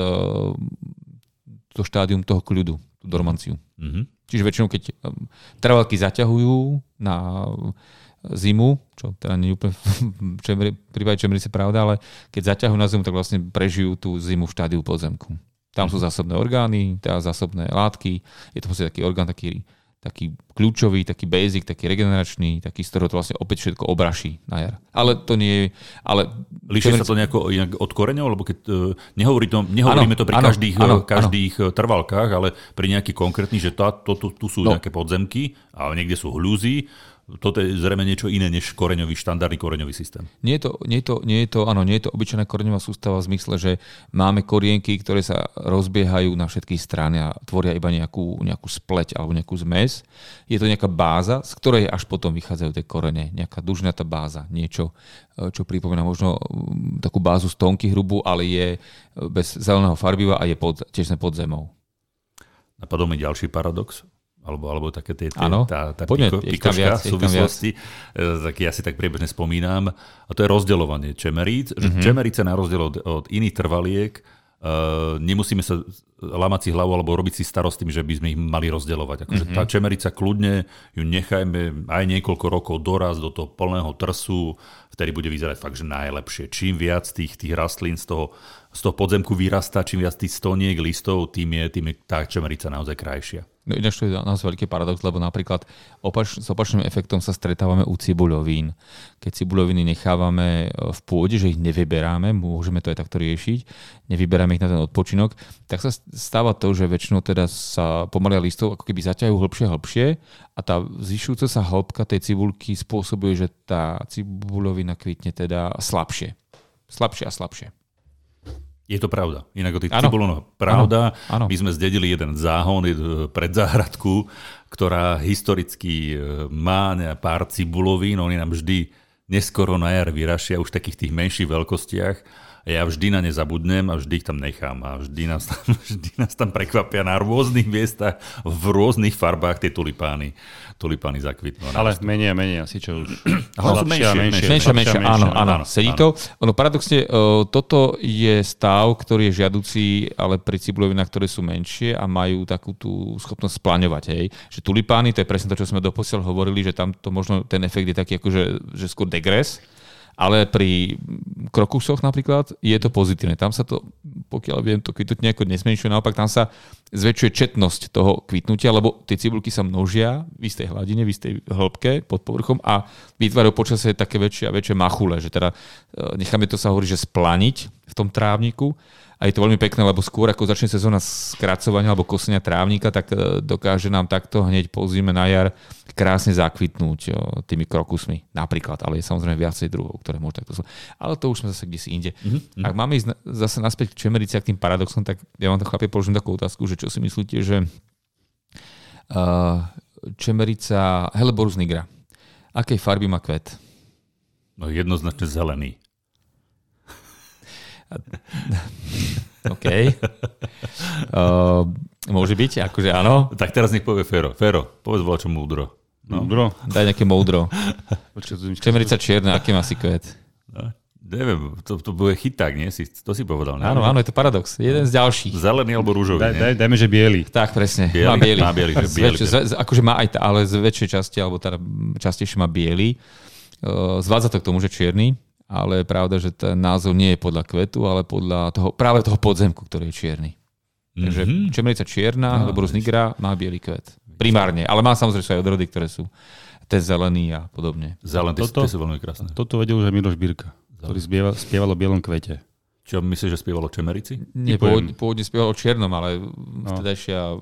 to štádium toho kľudu, tú dormanciu. Mm-hmm. Čiže väčšinou, keď trvalky zaťahujú na zimu, čo teda nie je úplne v prípade čemerice pravda, ale keď zaťahujú na zimu, tak vlastne prežijú tú zimu v štádiu podzemku. Tam sú zásobné orgány, teda zásobné látky, je to vlastne taký orgán, taký, taký kľúčový, taký basic, taký regeneračný, taký, z ktorého to vlastne opäť všetko obraší na jar. Ale to nie je... Ale líši čemerice... sa to nejako od koreňov? Lebo keď, uh, nehovorí to, nehovoríme ano, to pri ano, každých, ano, každých ano. trvalkách, ale pri nejakých konkrétnych, že tá, to, tu, tu sú no. nejaké podzemky a niekde sú hľúzy. Toto je zrejme niečo iné než koreňový, štandardný koreňový systém. Nie je to, nie je to, nie je to, áno, nie je to obyčajná koreňová sústava v zmysle, že máme korienky, ktoré sa rozbiehajú na všetky strany a tvoria iba nejakú, nejakú spleť alebo nejakú zmes. Je to nejaká báza, z ktorej až potom vychádzajú tie korene. Nejaká dužnatá báza, niečo, čo pripomína možno takú bázu stonky hrubú, ale je bez zeleného farbiva a je pod, tiež pod zemou. Napadol mi ďalší paradox. Alebo, alebo také tie, tie, ano, tá, tá poďme, piko, pikoška v súvislosti, tak ja si tak priebežne spomínam. A to je rozdeľovanie čemeríc. Mm-hmm. Čemerice na rozdiel od, od iných trvaliek uh, nemusíme sa lamať si hlavu alebo robiť si starost tým, že by sme ich mali rozdeľovať. Akože mm-hmm. tá čemerica kľudne ju nechajme aj niekoľko rokov doraz do toho plného trsu, vtedy bude vyzerať fakt, že najlepšie. Čím viac tých, tých rastlín z toho, z toho podzemku vyrastá, čím viac tých stoniek, listov, tým je, tým je tá čemerica naozaj krajšia. No ináč to je nás veľký paradox, lebo napríklad opač, s opačným efektom sa stretávame u cibuľovín. Keď cibuľoviny nechávame v pôde, že ich nevyberáme, môžeme to aj takto riešiť, nevyberáme ich na ten odpočinok, tak sa stáva to, že väčšinou teda sa pomalia listov ako keby zaťahujú hlbšie a hlbšie a tá zvyšujúca sa hĺbka tej cibulky spôsobuje, že tá cibuľovina kvitne teda slabšie. Slabšie a slabšie. Je to pravda. Inak o tých cibulónoch pravda. Ano. My sme zdedili jeden záhon pred záhradku, ktorá historicky má pár cibulovín. Oni nám vždy neskoro na jar vyrašia už v takých tých menších veľkostiach. Ja vždy na ne zabudnem a vždy ich tam nechám. A vždy nás tam, vždy nás tam prekvapia na rôznych miestach, v rôznych farbách tie tulipány. Tulipány zakvitnú. Ale menej a menej asi čo už. Ale sú menšie, menšie. Menšie, menšie, áno, áno. Sedí to. Ono paradoxne, toto je stav, ktorý je žiaducí, ale pri cibulovinách, ktoré sú menšie a majú takú tú schopnosť spláňovať. Hej. Že tulipány, to je presne to, čo sme doposiaľ hovorili, že tam to možno ten efekt je taký, akože, že skôr degres. Ale pri krokusoch napríklad je to pozitívne. Tam sa to, pokiaľ viem, to kvitnutie nejako nezmenšuje, naopak tam sa zväčšuje četnosť toho kvitnutia, lebo tie cibulky sa množia v istej hladine, v istej hĺbke pod povrchom a vytvárajú počasie také väčšie a väčšie machule, že teda necháme to sa hovorí, že splaniť v tom trávniku. A je to veľmi pekné, lebo skôr ako začne sezóna skracovania alebo kosenia trávnika, tak dokáže nám takto hneď po zime na jar krásne zakvitnúť tými krokusmi napríklad. Ale je samozrejme viacej druhov, ktoré môžu takto... Ale to už sme zase kdesi inde. Mm-hmm. Ak máme ísť zase naspäť k čemerici a k tým paradoxom, tak ja vám to chlapie položím takú otázku, že čo si myslíte, že uh, čemerica Helleborus nigra, akej farby má kvet? No jednoznačne zelený. OK. Uh, môže byť, akože áno. Tak teraz nech povie Fero. Fero, povedz voľa čo múdro. No. Múdro? Daj nejaké múdro. Čemerica čierna, aký má si kvet? No, neviem, to, to bude chyták, nie? Si, to si povedal. Ne? Áno, áno, je to paradox. Jeden z ďalších. Zelený alebo rúžový, daj, daj, dajme, že biely. Tak, presne. Bielý? Má biely. Má biely, že biely. Zväč, akože má aj, ale z väčšej časti, alebo teda častejšie má biely. Uh, zvádza to k tomu, že čierny. Ale je pravda, že ten názov nie je podľa kvetu, ale podľa toho, práve toho podzemku, ktorý je čierny. Mm-hmm. Takže čemerica čierna, no, Helleborus nigra má biely kvet. Primárne, ale má samozrejme aj odrody, ktoré sú ten zelený a podobne. Zelený, tie sú veľmi krásne. Toto vedel už aj Miloš Birka, ktorý spieval, spieval o bielom kvete. Čo myslíš, že spieval o čemerici? Nie, pôvodne, pôvodne spieval o čiernom, ale no. vtedajšia...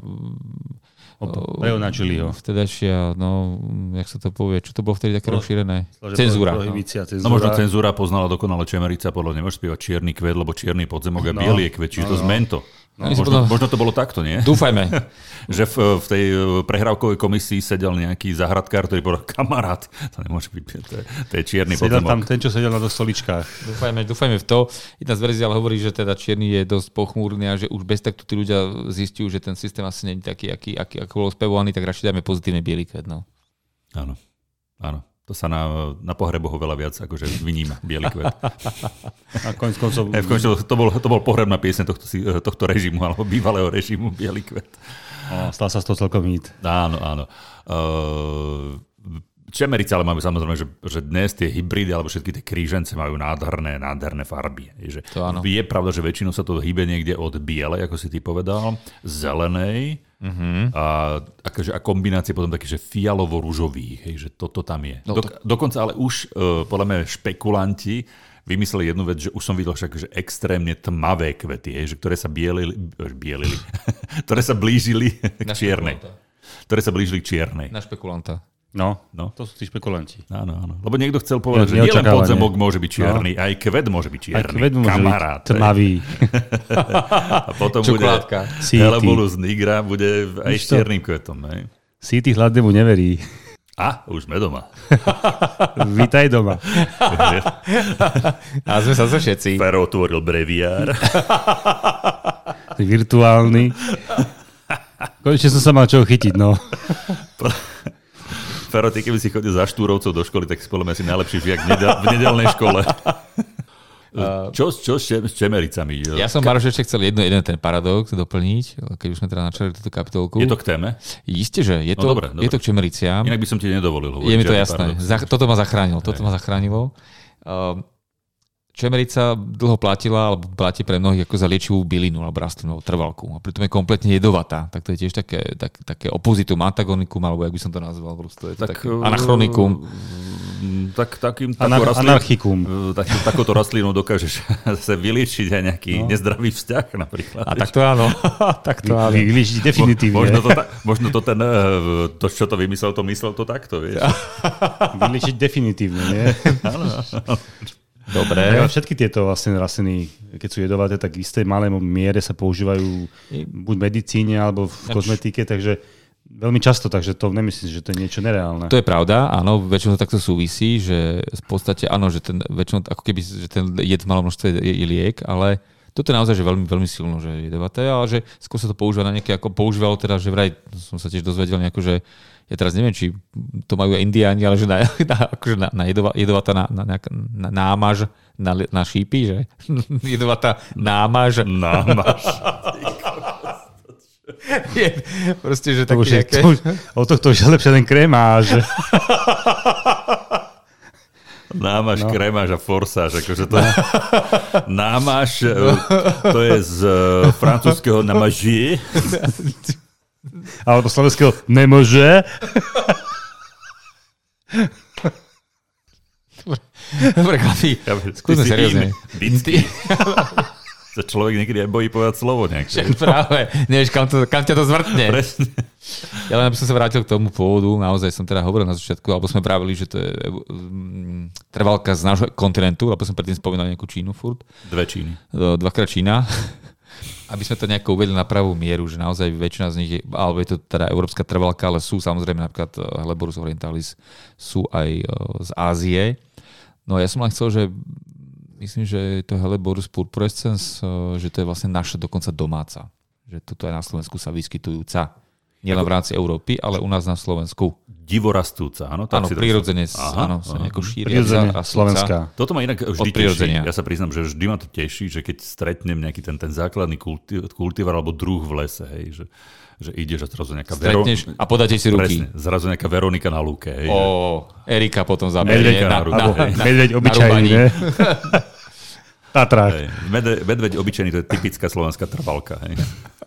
Preonačili ho. Vtedajšia, no, jak sa to povie, čo to bolo vtedy také rozšírené? Cenzúra. No. no možno cenzúra poznala dokonale čemerica, podľa nemôžeš spievať čierny kvet, lebo čierny podzemok a no. biely je kvet, čiže no, to zmen to. No, možno, potom... možno to bolo takto, nie? Dúfajme. Že v, v tej prehrávkovej komisii sedel nejaký záhradkár, ktorý povedal, kamarát, to nemôže byť, to je, to je čierny sedel podzemok. Tam ten, čo sedel na dos stoličkách. Dúfajme, dúfajme v to. Jedna z verzií ale hovorí, že teda čierny je dosť pochmúrny a že už bez takto tí ľudia zistiu, že ten systém asi nie je taký, aký, aký, aký bol spevovaný, tak radšej dajme pozitívne biely kvet. No. Áno, áno. To sa na, na pohreboch veľa viac akože vyníma, biely kvet. A konec koncov... E, to, bol, to bol pohrebná piesne tohto, tohto režimu, alebo bývalého režimu, biely kvet. A stal sa z toho celkom hit. Áno, áno. Uh, čemerice, ale máme samozrejme, že, že dnes tie hybridy alebo všetky tie krížence majú nádherné, nádherné farby. Je, to áno. Je pravda, že väčšinou sa to hýbe niekde od bielej, ako si ty povedal, zelenej, uh-huh. a, akože, a kombinácie potom také, že fialovo-ružových, hej, že toto tam je. No, Dok- to... Dokonca ale už uh, podľa mňa špekulanti vymysleli jednu vec, že už som videl však, že extrémne tmavé kvety, hej, že ktoré sa bielili, bielili, ktoré sa blížili k čiernej. Ktoré sa blížili k čiernej. Na špekulanta. No, no, to sú tí špekulanti. Áno, áno. Lebo niekto chcel povedať, že nielen podzemok môže byť čierny, no. aj kvet môže byť čierny. Aj kvet môže kamarát, byť tmavý. A potom čokoládka. Bude Helleborus nigra, bude aj s čiernym kvetom. Hej. Síty hladnému neverí. A, už sme doma. Vítaj doma. A sme sa so všetci. Fero otvoril breviár. Virtuálny. Konečne som sa mal čoho chytiť, no. Fero, ty keby si chodil za štúrovcov do školy, tak si podľa mňa si najlepší žiak v, nedel- v nedelnej škole. Čo, čo s, s čemericami? Ja som Maroš ešte chcel jedno, jeden ten paradox doplniť, keď už sme teda načali túto kapitolku. Je to k téme? Isté, že je to, no, dobre, dobre. Je to k čemericiám. Inak by som ti nedovolil hovoriť. Je mi to jasné. Zach- toto ma zachránilo. Toto ma zachránilo. Uh, čemerica dlho platila, alebo platí pre mnohých ako za liečivú bylinu alebo rastlinovú trvalku. A pritom je kompletne jedovatá. Tak to je tiež také, tak, také opozitum, antagonikum, alebo jak by som to nazval. Prosto je to tak, také anachronikum. Tak, takým, Anar- rastlín, anarchikum. Tak, takouto rastlinou dokážeš sa vyliečiť aj nejaký no. nezdravý vzťah napríklad. A tak to áno. tak to áno. Vyliečiť definitívne. Mo, možno, to, možno to ten, to, čo to vymyslel, to myslel to takto, vieš. Vyliečiť definitívne, nie? Áno. Dobre. Ja, všetky tieto vlastne rastliny, keď sú jedovaté, tak v istej malej miere sa používajú buď v medicíne, alebo v kozmetike, takže veľmi často, takže to nemyslím, že to je niečo nereálne. To je pravda, áno, väčšinou to takto súvisí, že v podstate áno, že ten, väčšinou, ako keby, že ten jed v malom množstve je, je liek, ale toto je naozaj že veľmi, veľmi silno, že je jedovaté, ale že skôr sa to používa na nejaké, ako používalo teda, že vraj, som sa tiež dozvedel nejako, že ja teraz neviem, či to majú aj indiáni, ale že na, na, akože na, na jedova, jedovatá na, na, na námaž, na, na šípy, že jedovatá námaž. Námaž. Je, proste, že to také už je, nejaké... to už, o tohto už je lepšie ten krémáž. Námaž, no. Krémáž a forsáž. Akože to... Námaž, to je z francúzského namaží. Alebo slovenského nemôže. Dobre, chlapi, ja, skúsme seriózne. Sa človek niekedy aj bojí povedať slovo nejaké. Však práve, nevieš, kam, to, kam ťa to zvrtne. Presne. Ja len aby som sa vrátil k tomu pôvodu, naozaj som teda hovoril na začiatku, alebo sme pravili, že to je trvalka z nášho kontinentu, lebo som predtým spomínal nejakú Čínu furt. Dve Číny. Dvakrát Čína. Aby sme to nejako uvedli na pravú mieru, že naozaj väčšina z nich je, alebo je to teda európska trvalka, ale sú samozrejme napríklad Helleborus orientalis, sú aj z Ázie. No ja som len chcel, že myslím, že to Helleborus purpurescens, že to je vlastne naša dokonca domáca. Že tuto aj na Slovensku sa vyskytujúca. Nielen v rámci Európy, ale u nás na Slovensku. Divorastúca, áno? Áno, prirodzene áno, sa nejako šíria. Slovenská. Toto ma inak vždy teší. Ja sa priznám, že vždy ma to teší, že keď stretnem nejaký ten, ten základný kulti- kultivar alebo druh v lese, hej, že, že ideš a zrazu nejaká Veronika. A podáte si ruky. Presne, zrazu nejaká Veronika na lúke. Hej, Ó, Erika potom zabere. Erika na, na ruke. Medveď obyčajný, ne? Tatrách. Hej, medveď, medveď obyčajný, to je typická slovenská trvalka. Hej.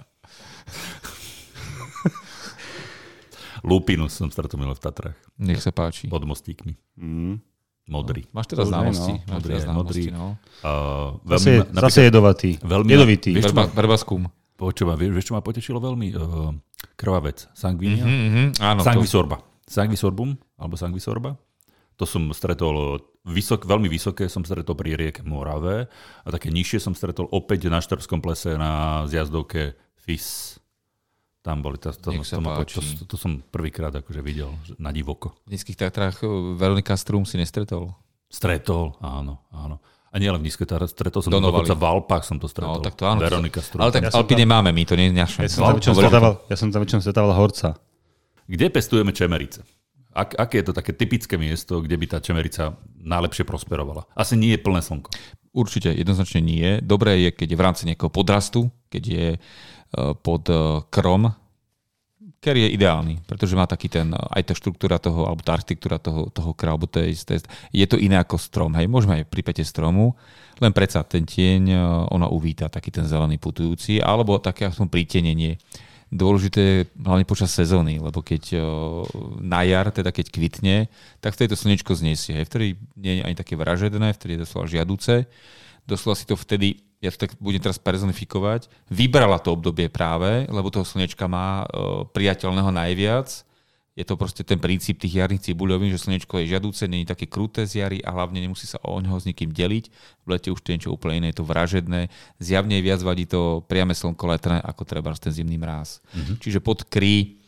Lupinus som stretol v Tatrách. Nech sa páči. Pod mostíkmi. Mm. Modrý. No, máš teraz známosti. No. Máš teraz známosti, no. Uh, veľmi, zase, zase jedovatý. Veľmi, jedovitý. Verbaskum. Počúva, vieš, vieš, čo ma potešilo veľmi? Uh, krvavec. Sanguinia. Mm-hmm, áno, Sanguisorba. To... Sanguisorbum, alebo Sanguisorba. To som stretol vysok, veľmi vysoké, som stretol pri rieke Morave a také nižšie som stretol opäť na Štrbskom plese na zjazdovke Fis. Tam boli, to, to, to, to, to, to som prvýkrát akože videl na divoko. V Nízkych Tatrách Veronika Strum si nestretol? Stretol, áno, áno. A nielen v Nízkych Tatrách, stretol som to dokonca v Alpách som to stretol. No, tak to áno. Veronika Strum. Ale tak ja Alpy nemáme my, to nie je naše. Ja som tam väčšinou stretával, ja som tam väčšinou stretával horca. Kde pestujeme čemerice? Ak, aké je to také typické miesto, kde by tá čemerica najlepšie prosperovala? Asi nie je plné slnko. Určite, jednoznačne nie. Dobré je, keď je v rámci nejakého podrastu, keď je pod krom. Ker je ideálny, pretože má taký ten, aj tá štruktúra toho, alebo tá architektúra toho, toho kra, alebo to je, je to iné ako strom. Hej, môžeme aj pri pete stromu, len predsa ten tieň, ona uvíta taký ten zelený putujúci, alebo také aspoň pritenenie. Dôležité je hlavne počas sezóny, lebo keď na jar, teda keď kvitne, tak vtedy to slnečko zniesie. Hej, vtedy nie je ani také vražedné, vtedy je doslova žiaduce. Doslova si to vtedy, ja to tak budem teraz personifikovať, vybrala to obdobie práve, lebo toho slnečka má uh, priateľného najviac. Je to proste ten princíp tých jarných cibuľovín, že slnečko je žiaduce, nie je také kruté z jary a hlavne nemusí sa o ňoho s nikým deliť. V lete už to je niečo úplne iné, je to vražedné. Zjavne viac vadí to priame slnko letné, ako treba ten zimný mráz. Mm-hmm. Čiže pod kry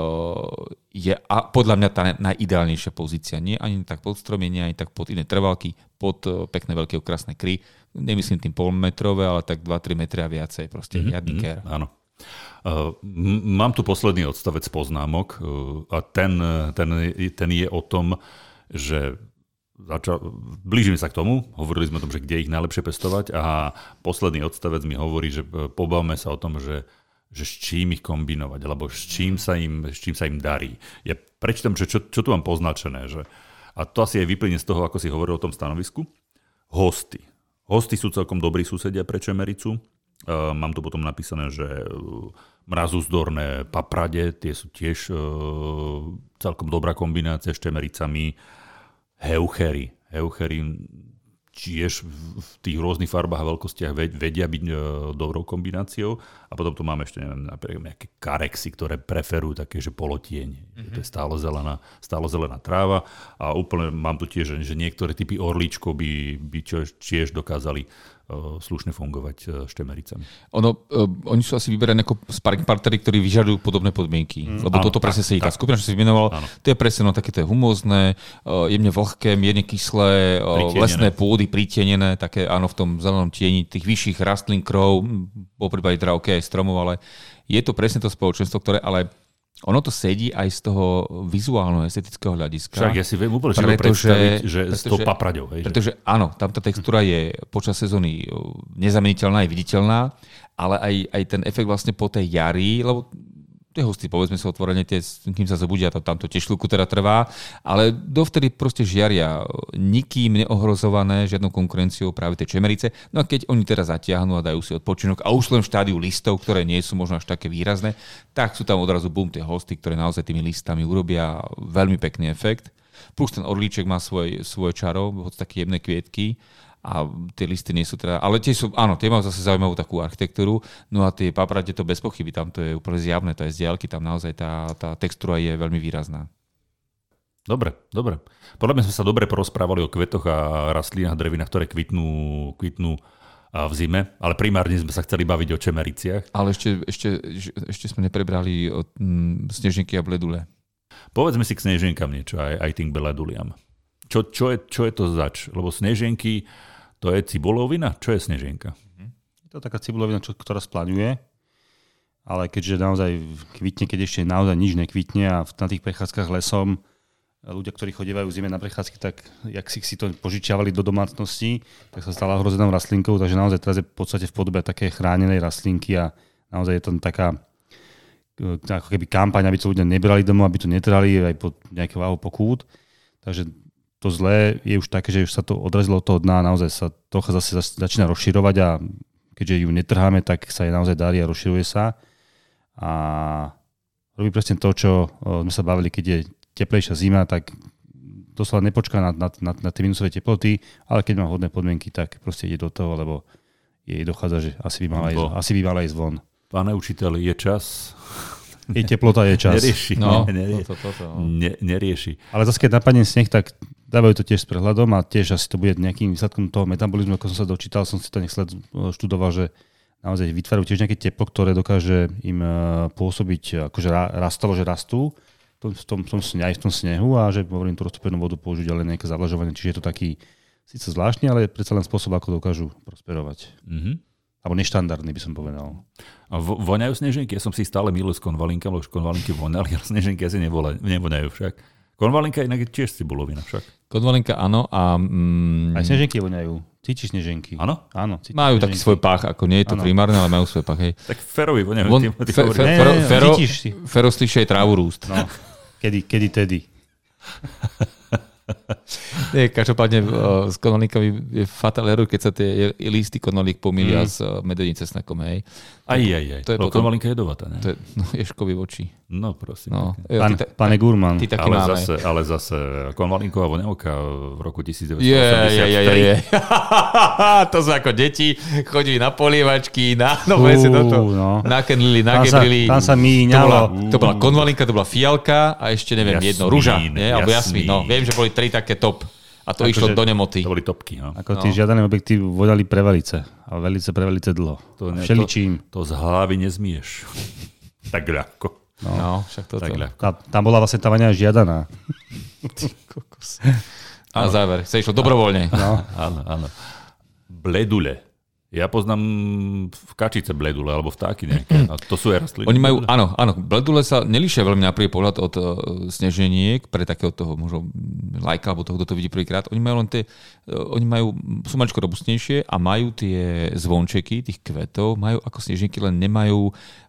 je a podľa mňa tá najideálnejšia pozícia. Nie ani tak pod stromy, nie ani tak pod iné trvalky, pod pekné veľké krásne kry. Nemyslím tým polmetrové, ale tak dva tri metre a viacej. Proste mm-hmm. jadný kér. Áno. Uh, mám tu posledný odstavec poznámok uh, a ten, ten, ten je o tom, že začal, blížime sa k tomu, hovorili sme o tom, že kde ich najlepšie pestovať a posledný odstavec mi hovorí, že pobavme sa o tom, že že s čím ich kombinovať, alebo s čím sa im, s čím sa im darí. Ja prečítam, že čo, čo tu mám poznačené. Že, a to asi aj vyplynie z toho, ako si hovoril o tom stanovisku. Hosty. Hosty sú celkom dobrí susedia pre čemericu. Uh, mám tu potom napísané, že mrazuzdorné paprade, tie sú tiež uh, celkom dobrá kombinácia s čemericami. Heuchery. Heuchery tiež v tých rôznych farbách a veľkostiach vedia byť uh, dobrou kombináciou. A potom tu máme ešte neviem, napríklad nejaké karexy, ktoré preferujú také, že polotieň. Mm-hmm. To je stále zelená, stále zelená tráva. A úplne mám tu tiež, že niektoré typy orlíčkov by, by tiež dokázali uh, slušne fungovať uh, s čemericami. Ono, uh, oni sú asi vyberaní ako sparring partnery, ktorí vyžadujú podobné podmienky. Mm. Lebo áno, toto presne sedí. Tá skupina, čo si vymenoval, áno. To je presne no, také to je humózne, uh, jemne vlhké, mierne kyslé, uh, lesné pôdy, pritienené, také áno v tom zelenom tieni tých vyšších rastlín, krov, po prípade teda OK, aj stromov, ale je to presne to spoločenstvo, ktoré ale ono to sedí aj z toho vizuálneho, estetického hľadiska. Však ja si viem úplne predstaviť, že s tou papraďou. Hej, pretože že... áno, tam tá textúra je počas sezóny nezameniteľná, je viditeľná, ale aj, aj ten efekt vlastne po tej jari, lebo tie hosty, povedzme sa otvorene, tie, kým sa zobudia, to, tam to tiež chvíľku teda trvá, ale dovtedy proste žiaria nikým neohrozované, žiadnou konkurenciou práve tie čemerice. No a keď oni teda zatiahnu a dajú si odpočinok a už len v štádiu listov, ktoré nie sú možno až také výrazné, tak sú tam odrazu bum tie hosty, ktoré naozaj tými listami urobia veľmi pekný efekt. Plus ten orlíček má svoj, svoj čaro, hoď také jemné kvietky. A tie listy nie sú teda... Ale tie sú, áno, tie majú zase zaujímavú takú architektúru. No a tie paprade to bez pochyby, tam to je úplne zjavné, to je z diaľky, tam naozaj tá, tá textúra je veľmi výrazná. Dobre, dobre. Podľa mňa sme sa dobre porozprávali o kvetoch a rastlinách, drevinách, ktoré kvitnú, kvitnú v zime, ale primárne sme sa chceli baviť o čemericiach. Ale ešte, ešte, ešte sme neprebrali o mm, snežinky a bledule. Povedzme si k snežienkam niečo, aj, aj tým bleduliam. Čo, čo, je, čo je to zač? Lebo snežienky, to je cibulovina? Čo je snežienka? Je to taká cibulovina, čo, ktorá splaňuje, ale keďže naozaj kvitne, keď ešte naozaj nič nekvitne a na tých prechádzkach lesom ľudia, ktorí chodievajú v zime na prechádzky, tak jak si si to požičiavali do domácnosti, tak sa stala hrozenou rastlinkou, takže naozaj teraz je v podstate v podobe také chránenej rastlinky a naozaj je to taká ako keby kampaň, aby to ľudia nebrali domov, aby to netrali aj pod nejakého váhu pokút. Takže to zlé je už také, že už sa to odrazilo od toho dna a naozaj sa trocha zase začína rozširovať a keďže ju netrháme, tak sa jej naozaj darí a rozširuje sa. A robí presne to, čo sme sa bavili, keď je teplejšia zima, tak doslova nepočká na, na, na, na tie minusové teploty, ale keď má hodné podmienky, tak proste ide do toho, lebo jej dochádza, že asi by mala, ísť, asi by mala ísť von. Pane učiteľ, je čas... Je teplota, je čas. Nerieši. No, nerie, to, to, to, to. Ne, nerieši. Ale zase, keď napadne sneh, tak dávajú to tiež s prehľadom a tiež asi to bude nejakým výsledkom toho metabolizmu, ako som sa dočítal, som si to nechsled študoval, že naozaj vytvárajú tiež nejaké teplo, ktoré dokáže im pôsobiť, akože rastalo, že rastú v tom, v tom, sne, aj v tom snehu a že hovorím tú roztopenú vodu použiť, ale nejaké zavlažovanie. Čiže je to taký síce zvláštny, ale predsa len spôsob, ako dokážu prosperovať. Mhm. Alebo neštandardný, by som povedal. A vo, voňajú sneženky? Ja som si stále milil s konvalinkami, lebo už konvalinky voňali, ale sneženky asi nevoňajú však. Konvalinka inak je tiež cibulovina však. Konvalinka áno a... Mm, aj sneženky voňajú. Cítiš sneženky? Áno? Áno. Majú taký svoj pách, ako nie je to ano. Primárne, ale majú svoj pách. Hej. Tak ferovi voňajú. Von, fe, fe, fero, fero, fero slyší aj trávu rúst. No. Kedy, kedy, tedy. Nie, každopádne uh, s konolíkami je fatal error, keď sa tie listy konolík pomýlia mm. s uh, medovým cesnakom, hej. Aj, aj, aj. To je potom, konolínka je jedovatá, ne? To je, no, ješkovi v oči. No, prosím. No, jo, Pán, ta, pane Gurman. Ty taký ale, máme. Zase, ale zase konvalínková voňavka v roku devätnásť je, je, je, je, je. To sú ako deti, chodili na polievačky, na nové si toto, no. nakenlili, nakenlili. Tam sa, tam sa míňalo. To bola, to bola konvalínka, to bola fialka a ešte neviem, jasmín, jedno, rúža, nie? Alebo jasmín. No, viem, že boli tri také top. A to ako išlo že, do nemoty. To boli topky. No. Ako tí no. žiadané objekty vodali pre velice. A velice pre velice dlho. To, ne, Všeličím. To, to z hlavy nezmieš. Tak ľahko. No, no však toto. Tak ľahko. Tá, tam bola vlastne tá vaňa žiadaná. Kokos. A na záver. Sa išlo dobrovoľne. No. Áno, áno. Bledule. Ja poznám vkačice bledule, alebo vtáky nejaké. A to sú aj rastliny. Oni majú, áno, áno, bledule sa nelíšia veľmi na prvý pohľad od uh, sneženiek, pre takého toho možno lajka, alebo toho, kto to vidí prvýkrát. Oni majú len tie, uh, oni majú, sú maličko robustnejšie a majú tie zvončeky tých kvetov, majú ako snežienky, len nemajú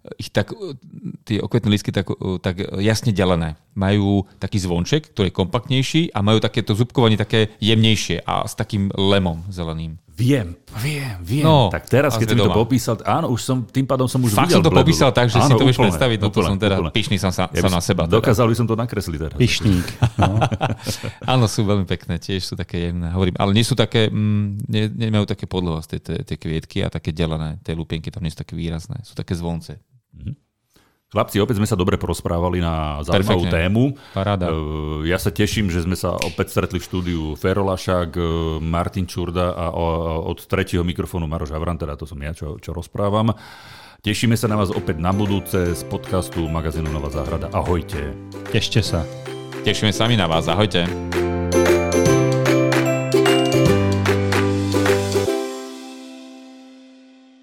ich tak, tie okvetné lístky tak, tak jasne delené. Majú taký zvonček, ktorý je kompaktnejší a majú takéto zubkovanie také jemnejšie a s takým lemom zeleným. Viem, viem, viem. No, tak teraz, keď som mi to popísal, áno, už som, tým pádom som už Fakt videl som to bledu. popísal tak, že áno, si to vieš predstaviť, no to som teda úplne. pyšný som sa, ja sa na seba. Teda. Dokázal by som to nakresliť teraz. Pyšník. No. Áno, sú veľmi pekné, tiež sú také jemné. Hovorím, ale nie sú také, mm, ne, nemajú také podlohosti, tie, tie kvietky a také delené, tie lupienky tam nie sú také výrazné, sú také zvonce. Mhm. Chlapci, opäť sme sa dobre porozprávali na zaujímavú tému. Paráda. Ja sa teším, že sme sa opäť stretli v štúdiu Fero Lašák, Martin Čurda a od tretieho mikrofónu Maroš Havran, teda to som ja, čo, čo rozprávam. Tešíme sa na vás opäť na budúce z podcastu magazínu Nová záhrada. Ahojte. Tešte sa. Tešíme sa my na vás. Ahojte.